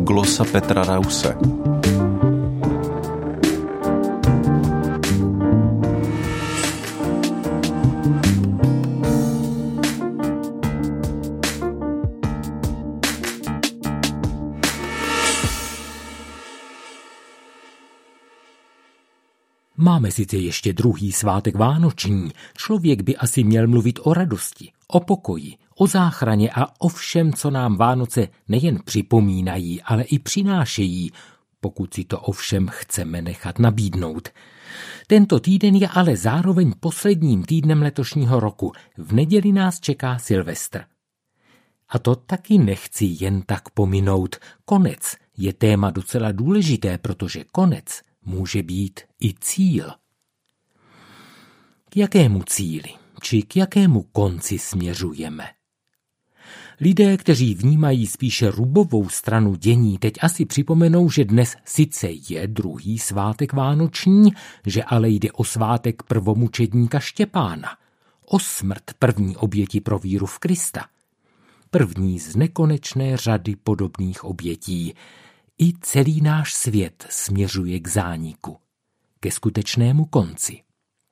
Glosa Petra Rause. Máme sice ještě druhý svátek vánoční, člověk by asi měl mluvit o radosti, o pokoji, o záchraně a o všem, co nám Vánoce nejen připomínají, ale i přinášejí, pokud si to ovšem chceme nechat nabídnout. Tento týden je ale zároveň posledním týdnem letošního roku. V neděli nás čeká Silvestr. A to taky nechci jen tak pominout. Konec je téma docela důležité, protože konec může být i cíl. K jakému cíli, či k jakému konci směřujeme? Lidé, kteří vnímají spíše rubovou stranu dění, teď asi připomenou, že dnes sice je druhý svátek vánoční, že ale jde o svátek prvomučedníka Štěpána, o smrt první oběti pro víru v Krista. První z nekonečné řady podobných obětí. I celý náš svět směřuje k zániku, ke skutečnému konci.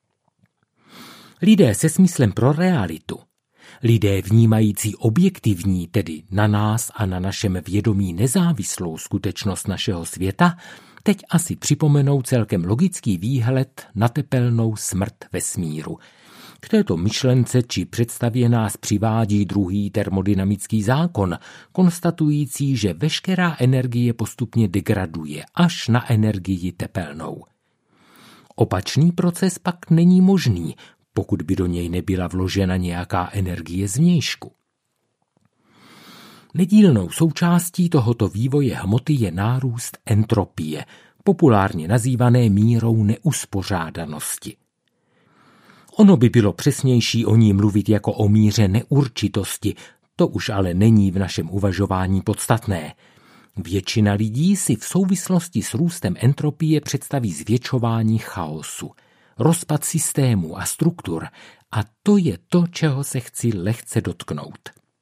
Lidé se smyslem pro realitu, lidé vnímající objektivní, tedy na nás a na našem vědomí nezávislou skutečnost našeho světa, teď asi připomenou celkem logický výhled na tepelnou smrt vesmíru. K této myšlence či představě nás přivádí druhý termodynamický zákon, konstatující, že veškerá energie postupně degraduje až na energii tepelnou. Opačný proces pak není možný, pokud by do něj nebyla vložena nějaká energie zvnějšku. Nedílnou součástí tohoto vývoje hmoty je nárůst entropie, populárně nazývané mírou neuspořádanosti. Ono by bylo přesnější o ní mluvit jako o míře neurčitosti, to už ale není v našem uvažování podstatné. Většina lidí si v souvislosti s růstem entropie představí zvětšování chaosu, rozpad systému a struktur, a to je to, čeho se chci lehce dotknout.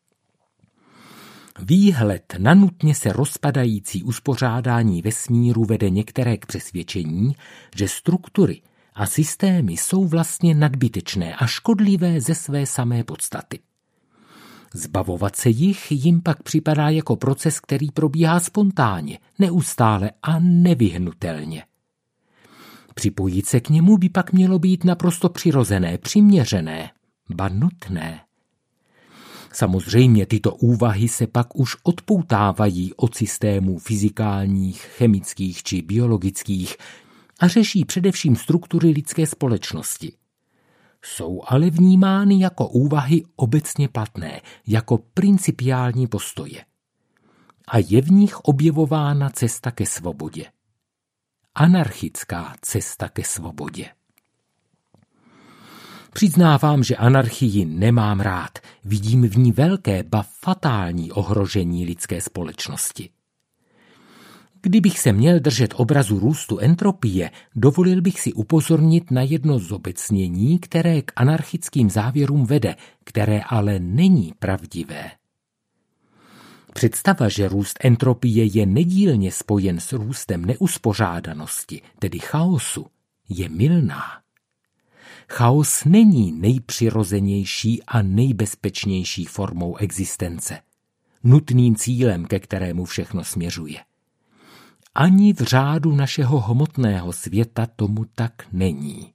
Výhled na nutně se rozpadající uspořádání vesmíru vede některé k přesvědčení, že struktury a systémy jsou vlastně nadbytečné a škodlivé ze své samé podstaty. Zbavovat se jim pak připadá jako proces, který probíhá spontánně, neustále a nevyhnutelně. Připojit se k němu by pak mělo být naprosto přirozené, přiměřené, ba nutné. Samozřejmě tyto úvahy se pak už odpoutávají od systémů fyzikálních, chemických či biologických a řeší především struktury lidské společnosti. Jsou ale vnímány jako úvahy obecně platné, jako principiální postoje. A je v nich objevována cesta ke svobodě. Anarchická cesta ke svobodě. Přiznávám, že anarchii nemám rád, vidím v ní velké, ba fatální ohrožení lidské společnosti. Kdybych se měl držet obrazu růstu entropie, dovolil bych si upozornit na jedno zobecnění, které k anarchickým závěrům vede, které ale není pravdivé. Představa, že růst entropie je nedílně spojen s růstem neuspořádanosti, tedy chaosu, je mylná. Chaos není nejpřirozenější a nejbezpečnější formou existence, nutným cílem, ke kterému všechno směřuje. Ani v řádu našeho hmotného světa tomu tak není.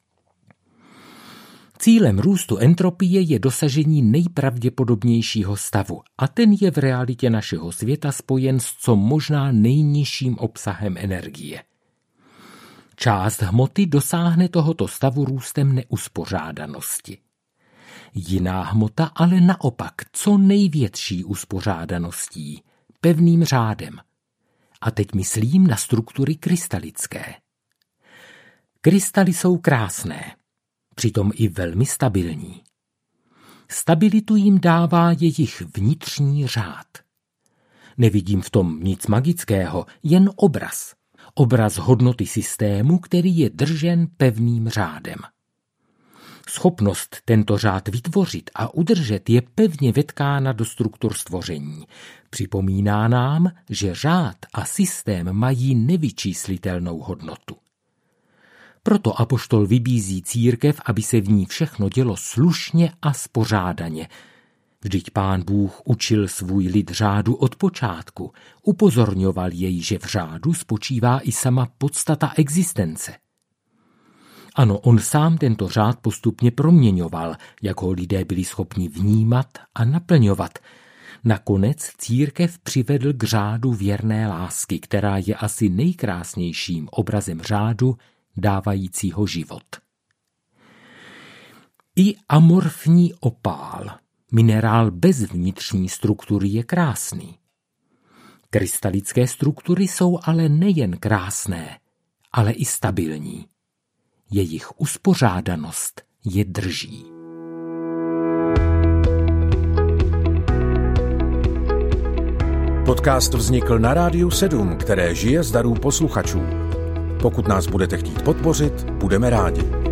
Cílem růstu entropie je dosažení nejpravděpodobnějšího stavu a ten je v realitě našeho světa spojen s co možná nejnižším obsahem energie. Část hmoty dosáhne tohoto stavu růstem neuspořádanosti. Jiná hmota ale naopak co největší uspořádaností, pevným řádem. A teď myslím na struktury krystalické. Krystaly jsou krásné, přitom i velmi stabilní. Stabilitu jim dává jejich vnitřní řád. Nevidím v tom nic magického, jen obraz. Obraz hodnoty systému, který je držen pevným řádem. Schopnost tento řád vytvořit a udržet je pevně vetkána do struktur stvoření. Připomíná nám, že řád a systém mají nevyčíslitelnou hodnotu. Proto apoštol vybízí církev, aby se v ní všechno dělo slušně a spořádaně. Vždyť Pán Bůh učil svůj lid řádu od počátku, upozorňoval jej, že v řádu spočívá i sama podstata existence. Ano, on sám tento řád postupně proměňoval, jak ho lidé byli schopni vnímat a naplňovat. Nakonec církev přivedl k řádu věrné lásky, která je asi nejkrásnějším obrazem řádu dávajícího život. I amorfní opál, minerál bez vnitřní struktury, je krásný. Krystalické struktury jsou ale nejen krásné, ale i stabilní. Jejich uspořádanost je drží. Podcast vznikl na Rádiu 7, které žije z darů posluchačů. Pokud nás budete chtít podpořit, budeme rádi.